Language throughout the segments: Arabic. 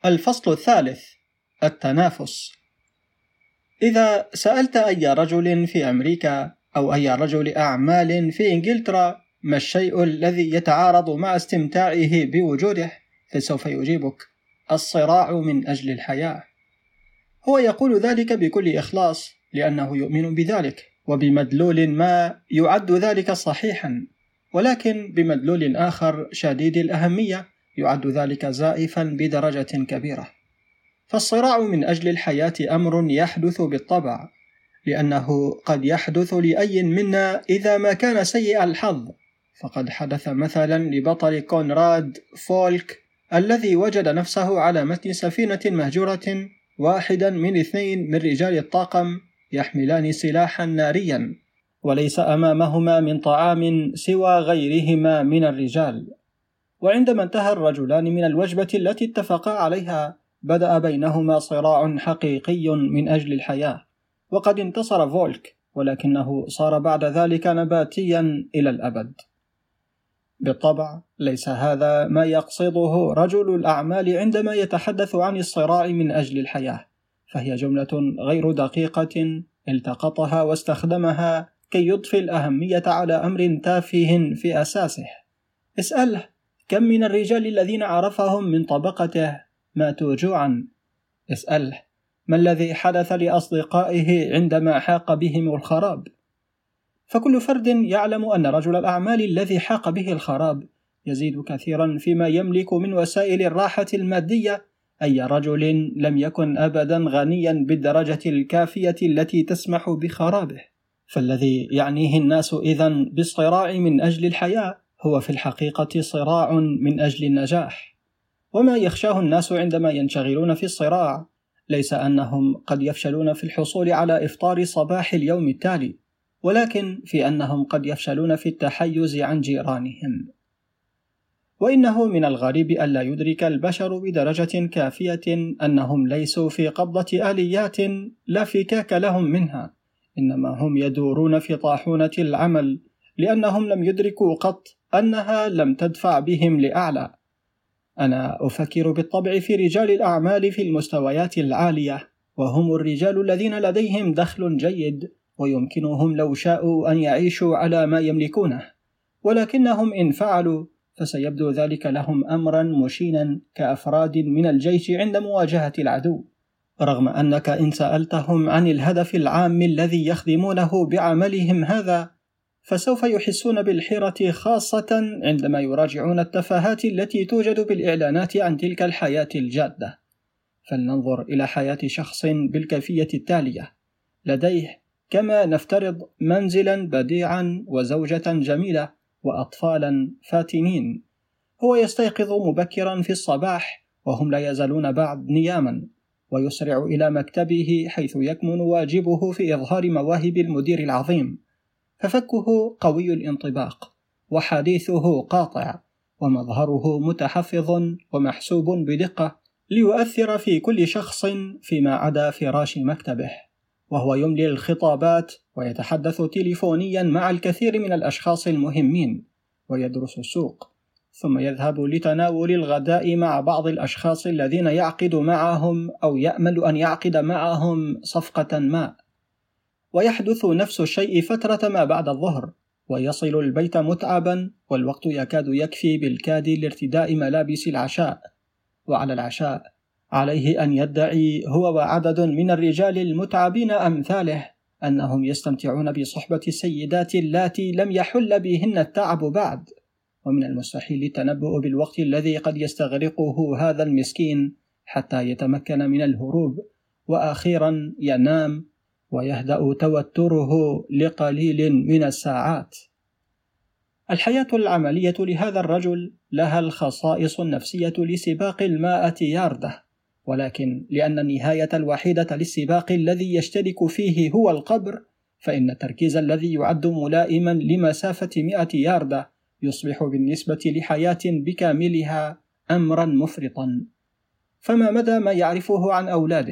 الفصل الثالث: التنافس. إذا سألت أي رجل في أمريكا أو أي رجل أعمال في إنجلترا ما الشيء الذي يتعارض مع استمتاعه بوجوده، فسوف يجيبك: الصراع من أجل الحياة. هو يقول ذلك بكل إخلاص لأنه يؤمن بذلك، وبمدلول ما يعد ذلك صحيحا، ولكن بمدلول آخر شديد الأهمية يعد ذلك زائفا بدرجة كبيرة. فالصراع من أجل الحياة أمر يحدث بالطبع، لأنه قد يحدث لأي منا إذا ما كان سيء الحظ، فقد حدث مثلا لبطل كونراد فولك الذي وجد نفسه على متن سفينة مهجورة، واحدا من 2 من رجال الطاقم يحملان سلاحا ناريا، وليس أمامهما من طعام سوى غيرهما من الرجال. وعندما انتهى الرجلان من الوجبة التي اتفقا عليها، بدأ بينهما صراع حقيقي من أجل الحياة، وقد انتصر فولك، ولكنه صار بعد ذلك نباتيا إلى الأبد. بالطبع ليس هذا ما يقصده رجل الأعمال عندما يتحدث عن الصراع من أجل الحياة، فهي جملة غير دقيقة التقطها واستخدمها كي يضفي الأهمية على أمر تافه في أساسه. اسأله: كم من الرجال الذين عرفهم من طبقته ماتوا جوعا؟ اسأله: ما الذي حدث لأصدقائه عندما حاق بهم الخراب؟ فكل فرد يعلم أن رجل الأعمال الذي حاق به الخراب يزيد كثيرا فيما يملك من وسائل الراحة المادية أي رجل لم يكن أبدا غنيا بالدرجة الكافية التي تسمح بخرابه. فالذي يعنيه الناس إذن بالصراع من أجل الحياة هو في الحقيقة صراع من أجل النجاح. وما يخشاه الناس عندما ينشغلون في الصراع ليس أنهم قد يفشلون في الحصول على إفطار صباح اليوم التالي، ولكن في أنهم قد يفشلون في التحيز عن جيرانهم. وإنه من الغريب ألا يدرك البشر بدرجة كافية أنهم ليسوا في قبضة آليات لا فكاك لهم منها، إنما هم يدورون في طاحونة العمل، لأنهم لم يدركوا قط أنها لم تدفع بهم لأعلى. أنا أفكر بالطبع في رجال الأعمال في المستويات العالية، وهم الرجال الذين لديهم دخل جيد ويمكنهم لو شاءوا أن يعيشوا على ما يملكونه، ولكنهم إن فعلوا فسيبدو ذلك لهم أمرا مشينا كأفراد من الجيش عند مواجهة العدو، رغم أنك إن سألتهم عن الهدف العام الذي يخدمونه بعملهم هذا فسوف يحسون بالحيرة، خاصة عندما يراجعون التفاهات التي توجد بالإعلانات عن تلك الحياة الجادة. فلننظر إلى حياة شخص بالكيفية التالية: لديه كما نفترض منزلا بديعا وزوجة جميلة وأطفالا فاتنين. هو يستيقظ مبكرا في الصباح وهم لا يزالون بعد نياما، ويسرع إلى مكتبه حيث يكمن واجبه في إظهار مواهب المدير العظيم، ففكه قوي الانطباق، وحديثه قاطع، ومظهره متحفظ ومحسوب بدقة ليؤثر في كل شخص فيما عدا فراش مكتبه، وهو يملي الخطابات ويتحدث تليفونيا مع الكثير من الأشخاص المهمين، ويدرس السوق، ثم يذهب لتناول الغداء مع بعض الأشخاص الذين يعقد معهم أو يأمل أن يعقد معهم صفقة ما، ويحدث نفس الشيء فترة ما بعد الظهر، ويصل البيت متعبا والوقت يكاد يكفي بالكاد لارتداء ملابس العشاء. وعلى العشاء عليه أن يدعي هو وعدد من الرجال المتعبين أمثاله أنهم يستمتعون بصحبة السيدات اللاتي لم يحل بهن التعب بعد، ومن المستحيل التنبؤ بالوقت الذي قد يستغرقه هذا المسكين حتى يتمكن من الهروب، وأخيرا ينام ويهدأ توتره لقليل من الساعات. الحياة العملية لهذا الرجل لها الخصائص النفسية لسباق 100 ياردة، ولكن لأن النهاية الوحيدة للسباق الذي يشترك فيه هو القبر، فإن التركيز الذي يعد ملائما لمسافة 100 ياردة يصبح بالنسبة لحياة بكاملها أمرا مفرطا. فما مدى ما يعرفه عن أولاده؟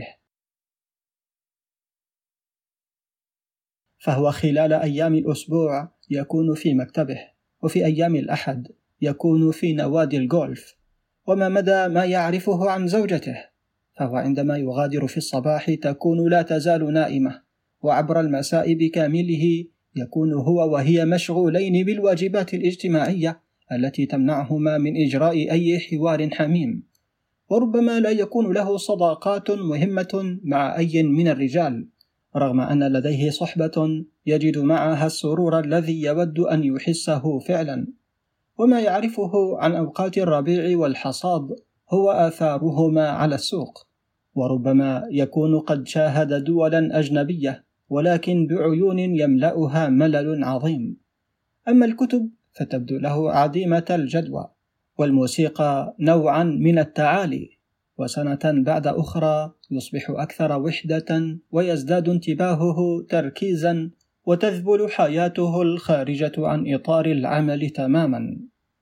فهو خلال أيام الأسبوع يكون في مكتبه، وفي أيام الأحد يكون في نوادي الجولف، وما مدى ما يعرفه عن زوجته، فهو عندما يغادر في الصباح تكون لا تزال نائمة، وعبر المساء بكامله يكون هو وهي مشغولين بالواجبات الاجتماعية التي تمنعهما من إجراء أي حوار حميم، وربما لا يكون له صداقات مهمة مع أي من الرجال، رغم أن لديه صحبة يجد معها السرور الذي يود أن يحسه فعلا. وما يعرفه عن أوقات الربيع والحصاد هو آثارهما على السوق، وربما يكون قد شاهد دولا أجنبية ولكن بعيون يملأها ملل عظيم. أما الكتب فتبدو له عديمة الجدوى، والموسيقى نوعا من التعالي، وسنة بعد أخرى يصبح أكثر وحدة ويزداد انتباهه تركيزا، وتذبل حياته الخارجة عن إطار العمل تماما.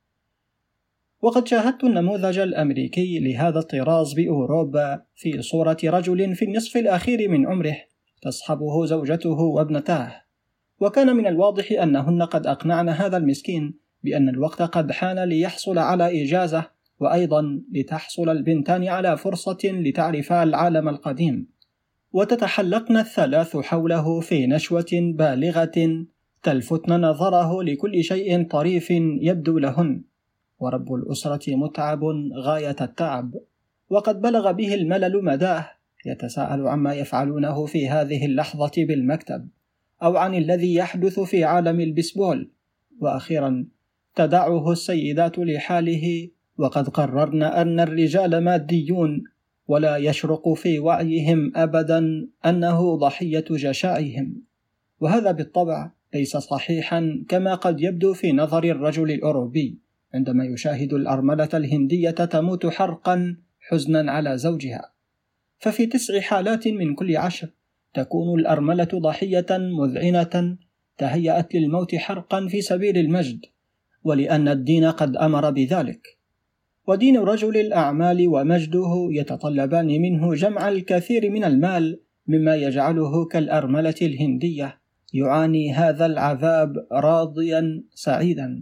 وقد شاهدت النموذج الأمريكي لهذا الطراز بأوروبا في صورة رجل في النصف الأخير من عمره تصحبه زوجته وابنتاه، وكان من الواضح أنهن قد أقنعن هذا المسكين بأن الوقت قد حان ليحصل على إجازة، وأيضا لتحصل البنتان على فرصة لتعرفا العالم القديم، وتتحلقن الثلاث حوله في نشوة بالغة تلفتن نظره لكل شيء طريف يبدو لهن. ورب الأسرة متعب غاية التعب، وقد بلغ به الملل مداه، يتساءل عما يفعلونه في هذه اللحظة بالمكتب، أو عن الذي يحدث في عالم البيسبول، وأخيرا تدعه السيدات لحاله، وقد قررن أن الرجال ماديون، ولا يشرق في وعيهم أبدا أنه ضحية جشعهم. وهذا بالطبع ليس صحيحا كما قد يبدو في نظر الرجل الأوروبي عندما يشاهد الأرملة الهندية تموت حرقا حزنا على زوجها. ففي 9 حالات من كل 10 تكون الأرملة ضحية مذعنة تهيأت للموت حرقا في سبيل المجد، ولأن الدين قد أمر بذلك. ودين رجل الأعمال ومجده يتطلبان منه جمع الكثير من المال، مما يجعله كالأرملة الهندية يعاني هذا العذاب راضيا سعيدا.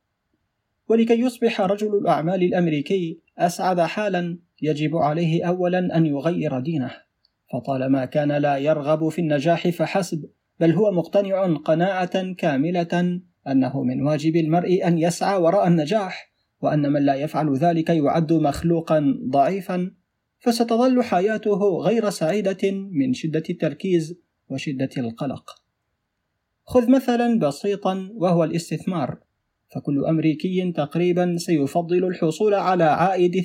ولكي يصبح رجل الأعمال الأمريكي أسعد حالا يجب عليه أولا أن يغير دينه، فطالما كان لا يرغب في النجاح فحسب، بل هو مقتنع قناعة كاملة أنه من واجب المرء أن يسعى وراء النجاح، وأن من لا يفعل ذلك يعد مخلوقا ضعيفا، فستظل حياته غير سعيدة من شدة التركيز وشدة القلق. خذ مثلا بسيطا وهو الاستثمار، فكل أمريكي تقريبا سيفضل الحصول على عائد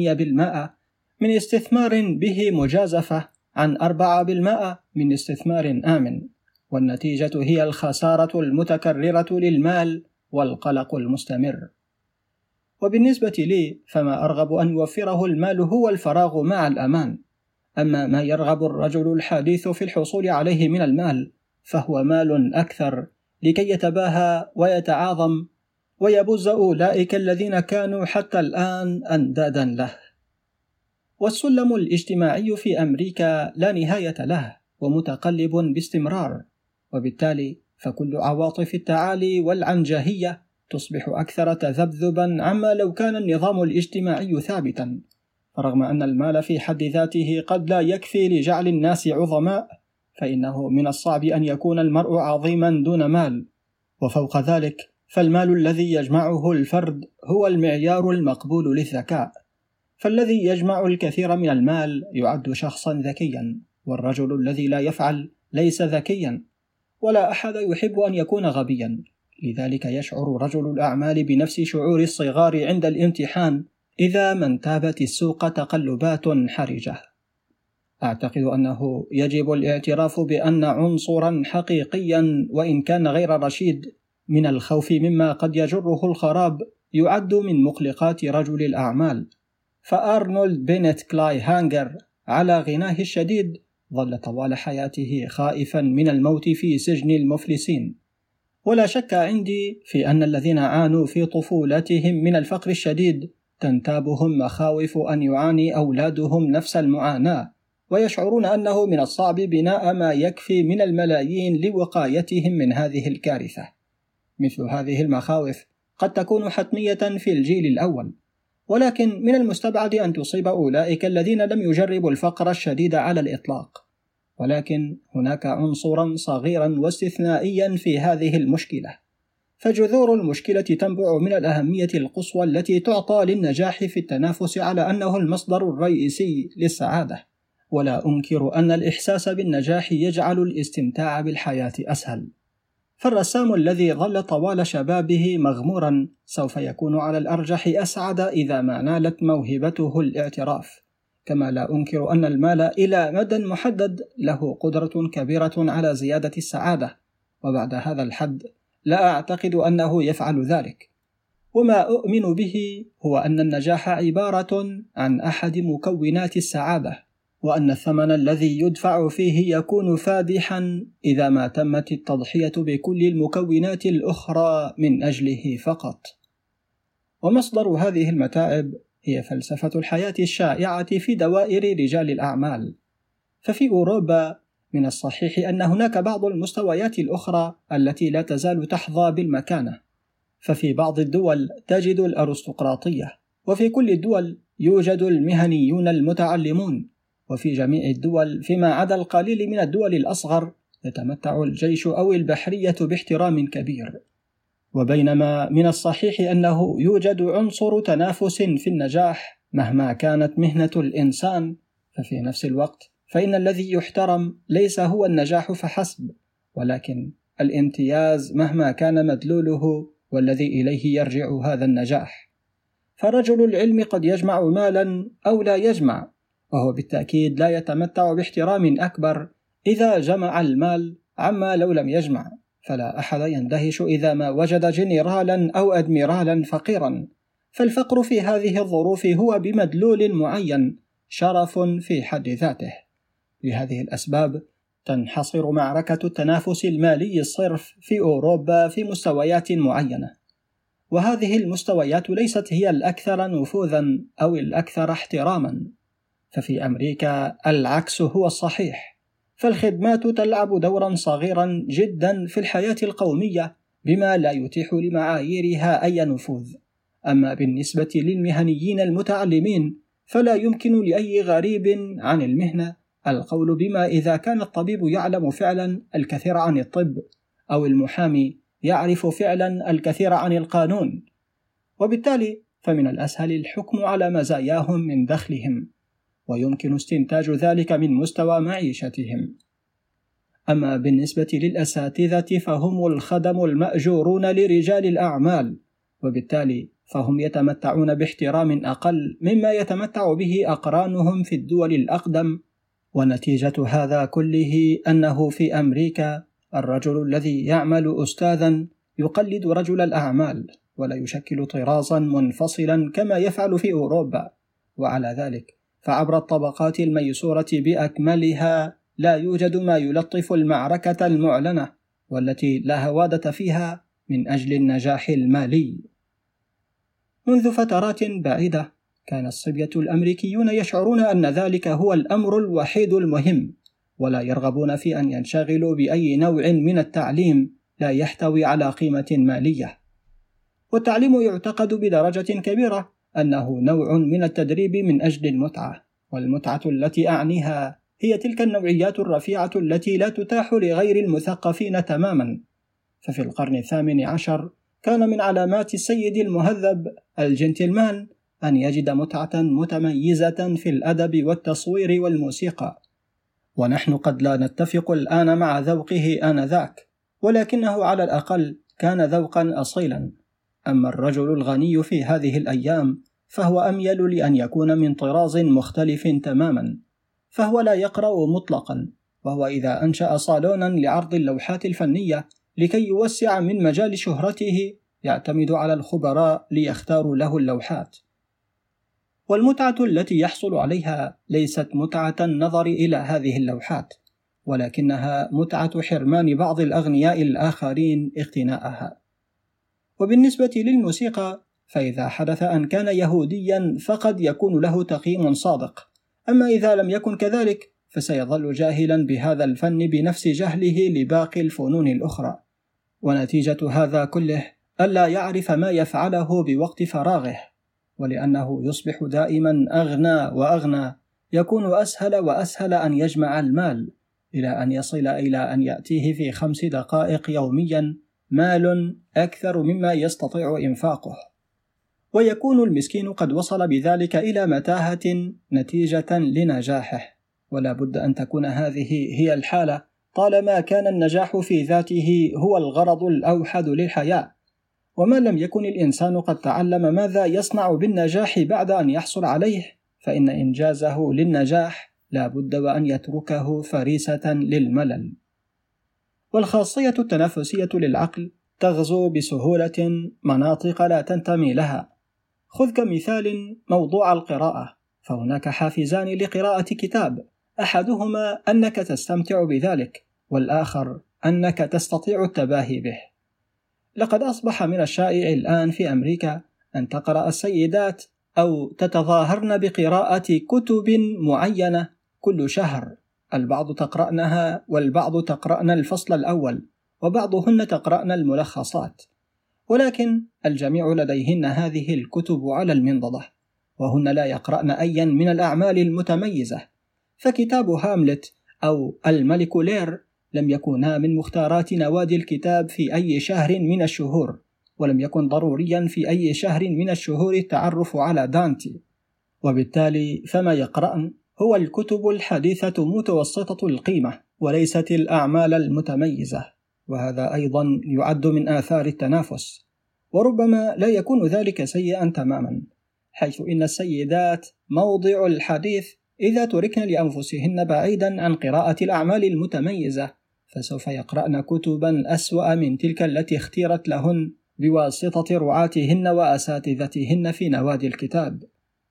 8% من استثمار به مجازفة عن 4% من استثمار آمن، والنتيجة هي الخسارة المتكررة للمال والقلق المستمر. وبالنسبة لي فما أرغب أن يوفره المال هو الفراغ مع الأمان، أما ما يرغب الرجل الحديث في الحصول عليه من المال فهو مال أكثر لكي يتباهى ويتعاظم ويبز أولئك الذين كانوا حتى الآن أندادا له. والسلم الاجتماعي في أمريكا لا نهاية له ومتقلب باستمرار، وبالتالي فكل عواطف التعالي والعنجهية تصبح أكثر تذبذبا عما لو كان النظام الاجتماعي ثابتا. فرغم أن المال في حد ذاته قد لا يكفي لجعل الناس عظماء، فإنه من الصعب أن يكون المرء عظيما دون مال، وفوق ذلك فالمال الذي يجمعه الفرد هو المعيار المقبول للذكاء، فالذي يجمع الكثير من المال يعد شخصا ذكيا، والرجل الذي لا يفعل ليس ذكيا، ولا أحد يحب أن يكون غبيا. لذلك يشعر رجل الأعمال بنفس شعور الصغار عند الامتحان إذا ما انتابت السوق تقلبات حرجة. أعتقد أنه يجب الاعتراف بأن عنصرا حقيقيا وإن كان غير رشيد من الخوف مما قد يجره الخراب يعد من مقلقات رجل الأعمال. فأرنولد بينت كلاي هانجر على غناه الشديد ظل طوال حياته خائفا من الموت في سجن المفلسين. ولا شك عندي في أن الذين عانوا في طفولتهم من الفقر الشديد تنتابهم مخاوف أن يعاني أولادهم نفس المعاناة، ويشعرون أنه من الصعب بناء ما يكفي من الملايين لوقايتهم من هذه الكارثة. مثل هذه المخاوف قد تكون حتمية في الجيل الأول، ولكن من المستبعد أن تصيب أولئك الذين لم يجربوا الفقر الشديد على الإطلاق. ولكن هناك عنصرا صغيرا واستثنائيا في هذه المشكلة، فجذور المشكلة تنبع من الأهمية القصوى التي تعطى للنجاح في التنافس على أنه المصدر الرئيسي للسعادة. ولا أنكر أن الإحساس بالنجاح يجعل الاستمتاع بالحياة أسهل، فالرسام الذي ظل طوال شبابه مغمورا سوف يكون على الأرجح أسعد إذا ما نالت موهبته الاعتراف. كما لا أنكر أن المال إلى مدى محدد له قدرة كبيرة على زيادة السعادة، وبعد هذا الحد لا أعتقد أنه يفعل ذلك. وما أؤمن به هو أن النجاح عبارة عن أحد مكونات السعادة، وأن الثمن الذي يدفع فيه يكون فادحا إذا ما تمت التضحية بكل المكونات الأخرى من أجله فقط. ومصدر هذه المتاعب هي فلسفة الحياة الشائعة في دوائر رجال الأعمال. ففي أوروبا من الصحيح أن هناك بعض المستويات الأخرى التي لا تزال تحظى بالمكانة، ففي بعض الدول تجد الأرستقراطية، وفي كل الدول يوجد المهنيون المتعلمون، وفي جميع الدول فيما عدا القليل من الدول الأصغر يتمتع الجيش أو البحرية باحترام كبير. وبينما من الصحيح أنه يوجد عنصر تنافس في النجاح مهما كانت مهنة الإنسان، ففي نفس الوقت فإن الذي يحترم ليس هو النجاح فحسب، ولكن الامتياز مهما كان مدلوله والذي إليه يرجع هذا النجاح. فرجل العلم قد يجمع مالا أو لا يجمع، وهو بالتأكيد لا يتمتع باحترام أكبر إذا جمع المال عما لو لم يجمع. فلا أحد يندهش إذا ما وجد جنرالا أو أدميرالا فقيرا، فالفقر في هذه الظروف هو بمدلول معين شرف في حد ذاته. لهذه الأسباب تنحصر معركة التنافس المالي الصرف في أوروبا في مستويات معينة، وهذه المستويات ليست هي الأكثر نفوذا أو الأكثر احتراما. ففي أمريكا العكس هو الصحيح، فالخدمات تلعب دورا صغيرا جدا في الحياة القومية بما لا يتيح لمعاييرها أي نفوذ. أما بالنسبة للمهنيين المتعلمين فلا يمكن لأي غريب عن المهنة القول بما إذا كان الطبيب يعلم فعلا الكثير عن الطب، أو المحامي يعرف فعلا الكثير عن القانون، وبالتالي فمن الأسهل الحكم على مزاياهم من دخلهم، ويمكن استنتاج ذلك من مستوى معيشتهم. أما بالنسبة للأساتذة فهم الخدم المأجورون لرجال الأعمال، وبالتالي فهم يتمتعون باحترام أقل مما يتمتع به أقرانهم في الدول الأقدم. ونتيجة هذا كله أنه في أمريكا الرجل الذي يعمل أستاذا يقلد رجل الأعمال ولا يشكل طرازا منفصلا كما يفعل في أوروبا. وعلى ذلك فعبر الطبقات الميسورة بأكملها لا يوجد ما يلطف المعركة المعلنة والتي لا هوادة فيها من أجل النجاح المالي. منذ فترات بعيدة كان الصبية الأمريكيون يشعرون أن ذلك هو الأمر الوحيد المهم، ولا يرغبون في أن ينشغلوا بأي نوع من التعليم لا يحتوي على قيمة مالية. والتعليم يعتقد بدرجة كبيرة أنه نوع من التدريب من أجل المتعة، والمتعة التي أعنيها هي تلك النوعيات الرفيعة التي لا تتاح لغير المثقفين تماما. ففي القرن 18 كان من علامات السيد المهذب الجنتلمان أن يجد متعة متميزة في الأدب والتصوير والموسيقى، ونحن قد لا نتفق الآن مع ذوقه آنذاك، ولكنه على الأقل كان ذوقا أصيلا. أما الرجل الغني في هذه الأيام فهو أميل لأن يكون من طراز مختلف تماما، فهو لا يقرأ مطلقا، وهو إذا أنشأ صالونا لعرض اللوحات الفنية لكي يوسع من مجال شهرته يعتمد على الخبراء ليختاروا له اللوحات. والمتعة التي يحصل عليها ليست متعة النظر إلى هذه اللوحات، ولكنها متعة حرمان بعض الأغنياء الآخرين اقتناءها. وبالنسبة للموسيقى فإذا حدث أن كان يهوديا فقد يكون له تقييم صادق، أما إذا لم يكن كذلك فسيظل جاهلا بهذا الفن بنفس جهله لباقي الفنون الأخرى. ونتيجة هذا كله ألا يعرف ما يفعله بوقت فراغه، ولأنه يصبح دائما أغنى وأغنى يكون أسهل وأسهل أن يجمع المال إلى أن يصل إلى أن يأتيه في 5 دقائق يوميا مال أكثر مما يستطيع إنفاقه، ويكون المسكين قد وصل بذلك إلى متاهة نتيجة لنجاحه. ولا بد أن تكون هذه هي الحالة طالما كان النجاح في ذاته هو الغرض الأوحد للحياة. وما لم يكن الإنسان قد تعلم ماذا يصنع بالنجاح بعد أن يحصل عليه، فإن إنجازه للنجاح لا بد وأن يتركه فريسة للملل. والخاصية التنافسية للعقل تغزو بسهولة مناطق لا تنتمي لها. خذ كمثال موضوع القراءة، فهناك حافزان لقراءة كتاب، أحدهما أنك تستمتع بذلك، والآخر أنك تستطيع التباهي به. لقد أصبح من الشائع الآن في أمريكا أن تقرأ السيدات أو تتظاهرن بقراءة كتب معينة كل شهر، البعض تقرأنها والبعض تقرأن الفصل الأول وبعضهن تقرأن الملخصات، ولكن الجميع لديهن هذه الكتب على المنضدة، وهن لا يقرأن أيا من الأعمال المتميزة. فكتاب هاملت أو الملك لير لم يكونا من مختارات نوادي الكتاب في أي شهر من الشهور، ولم يكن ضروريا في أي شهر من الشهور التعرف على دانتي، وبالتالي فما يقرأن هو الكتب الحديثة متوسطة القيمة وليست الأعمال المتميزة، وهذا أيضا يعد من آثار التنافس. وربما لا يكون ذلك سيئا تماما، حيث إن السيدات موضع الحديث إذا تركن لأنفسهن بعيدا عن قراءة الأعمال المتميزة، فسوف يقرأن كتبا أسوأ من تلك التي اختيرت لهن بواسطة رعاتهن وأساتذتهن في نوادي الكتاب.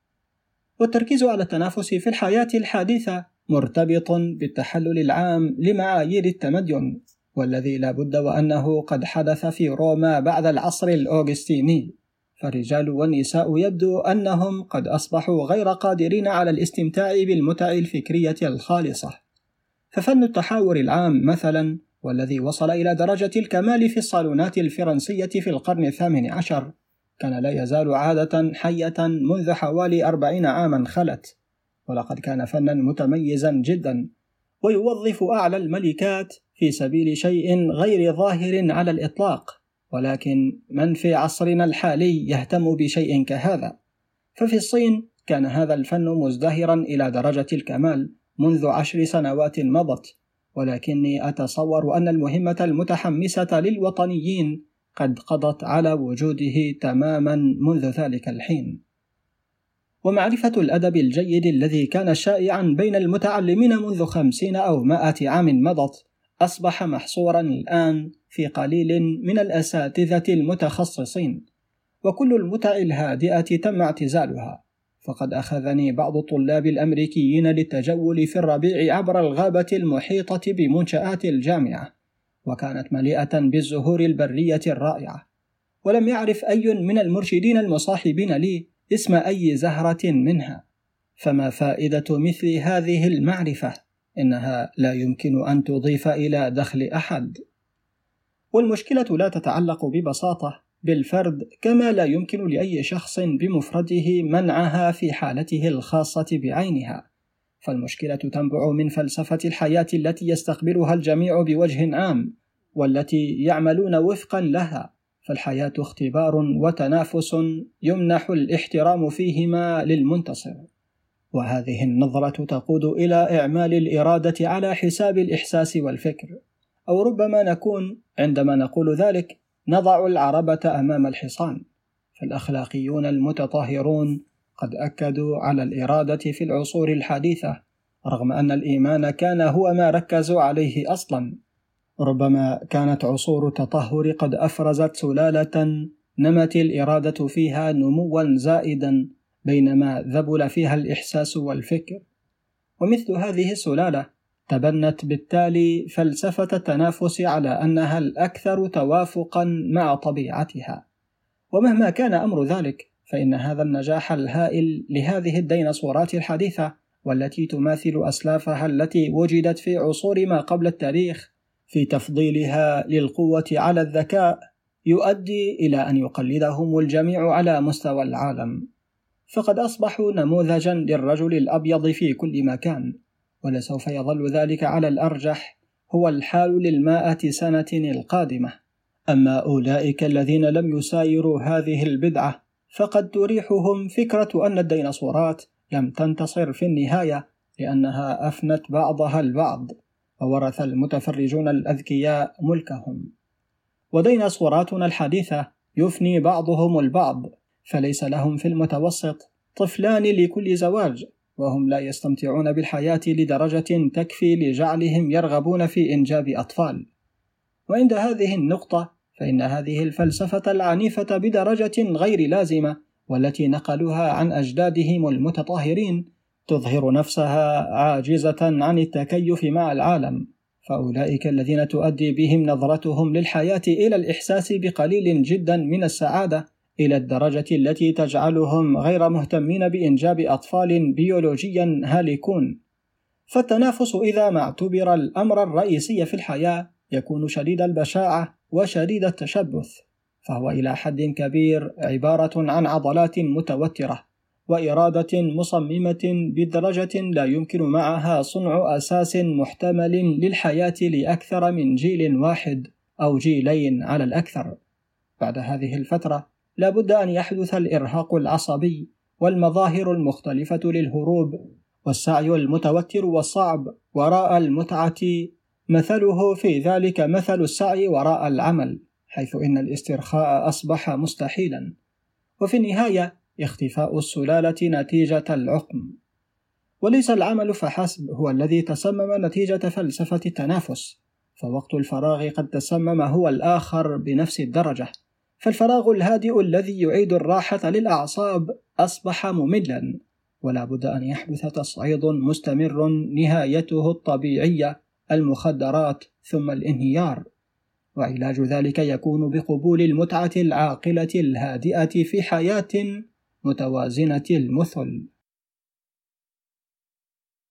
والتركيز على التنافس في الحياة الحديثة مرتبط بالتحلل العام لمعايير التمدن، والذي لا بد وأنه قد حدث في روما بعد العصر الأوغسطيني، فالرجال والنساء يبدو أنهم قد أصبحوا غير قادرين على الاستمتاع بالمتع الفكرية الخالصة. ففن التحاور العام مثلا، والذي وصل إلى درجة الكمال في الصالونات الفرنسية في القرن 18، كان لا يزال عادة حية منذ حوالي 40 عاما خلت، ولقد كان فنا متميزا جدا، ويوظف أعلى الملكات في سبيل شيء غير ظاهر على الإطلاق، ولكن من في عصرنا الحالي يهتم بشيء كهذا. ففي الصين كان هذا الفن مزدهرا إلى درجة الكمال منذ 10 سنوات مضت، ولكني أتصور أن المهمة المتحمسة للوطنيين قد قضت على وجوده تماما منذ ذلك الحين. ومعرفة الأدب الجيد الذي كان شائعا بين المتعلمين منذ 50 أو 100 عام مضت أصبح محصورا الآن في قليل من الأساتذة المتخصصين، وكل المتع الهادئة تم اعتزالها. فقد أخذني بعض الطلاب الأمريكيين للتجول في الربيع عبر الغابة المحيطة بمنشآت الجامعة، وكانت مليئة بالزهور البرية الرائعة، ولم يعرف أي من المرشدين المصاحبين لي اسم أي زهرة منها. فما فائدة مثل هذه المعرفة؟ إنها لا يمكن أن تضيف إلى دخل أحد. والمشكلة لا تتعلق ببساطة بالفرد، كما لا يمكن لأي شخص بمفرده منعها في حالته الخاصة بعينها، فالمشكلة تنبع من فلسفة الحياة التي يستقبلها الجميع بوجه عام، والتي يعملون وفقا لها. فالحياة اختبار وتنافس يمنح الاحترام فيهما للمنتصر، وهذه النظرة تقود إلى إعمال الإرادة على حساب الإحساس والفكر. أو ربما نكون عندما نقول ذلك نضع العربة أمام الحصان. فالأخلاقيون المتطهرون قد أكدوا على الإرادة في العصور الحديثة، رغم أن الإيمان كان هو ما ركزوا عليه أصلا. ربما كانت عصور التطهر قد أفرزت سلالة نمت الإرادة فيها نموا زائدا، بينما ذبل فيها الإحساس والفكر. ومثل هذه السلالة تبنت بالتالي فلسفة التنافس على أنها الأكثر توافقا مع طبيعتها. ومهما كان أمر ذلك، فإن هذا النجاح الهائل لهذه الديناصورات الحديثة، والتي تماثل أسلافها التي وجدت في عصور ما قبل التاريخ في تفضيلها للقوة على الذكاء، يؤدي إلى أن يقلدهم الجميع على مستوى العالم. فقد أصبحوا نموذجا للرجل الأبيض في كل مكان، ولسوف يظل ذلك على الأرجح هو الحال لل100 سنة القادمة. أما أولئك الذين لم يسايروا هذه البدعة فقد تريحهم فكرة أن الديناصورات لم تنتصر في النهاية، لأنها أفنت بعضها البعض، وورث المتفرجون الأذكياء ملكهم. وديناصوراتنا الحديثة يفني بعضهم البعض، فليس لهم في المتوسط طفلان لكل زواج، وهم لا يستمتعون بالحياة لدرجة تكفي لجعلهم يرغبون في إنجاب أطفال. وعند هذه النقطة فإن هذه الفلسفة العنيفة بدرجة غير لازمة والتي نقلوها عن أجدادهم المتطهرين تظهر نفسها عاجزة عن التكيف مع العالم، فأولئك الذين تؤدي بهم نظرتهم للحياة إلى الإحساس بقليل جدا من السعادة إلى الدرجة التي تجعلهم غير مهتمين بإنجاب أطفال بيولوجيا هالكون. فالتنافس إذا ما اعتبر الأمر الرئيسي في الحياة يكون شديد البشاعة وشديد التشبث، فهو إلى حد كبير عبارة عن عضلات متوترة وإرادة مصممة بدرجة لا يمكن معها صنع أساس محتمل للحياة لأكثر من جيل واحد أو جيلين على الأكثر. بعد هذه الفترة لابد أن يحدث الإرهاق العصبي والمظاهر المختلفة للهروب، والسعي المتوتر والصعب وراء المتعة مثله في ذلك مثل السعي وراء العمل، حيث إن الاسترخاء أصبح مستحيلا، وفي النهاية اختفاء السلالة نتيجة العقم. وليس العمل فحسب هو الذي تسمم نتيجة فلسفة التنافس، فوقت الفراغ قد تسمم هو الآخر بنفس الدرجة. فالفراغ الهادئ الذي يعيد الراحة للأعصاب أصبح مملا، ولا بد أن يحدث تصعيد مستمر نهايته الطبيعية المخدرات ثم الانهيار، وعلاج ذلك يكون بقبول المتعة العاقلة الهادئة في حياة متوازنة المثل.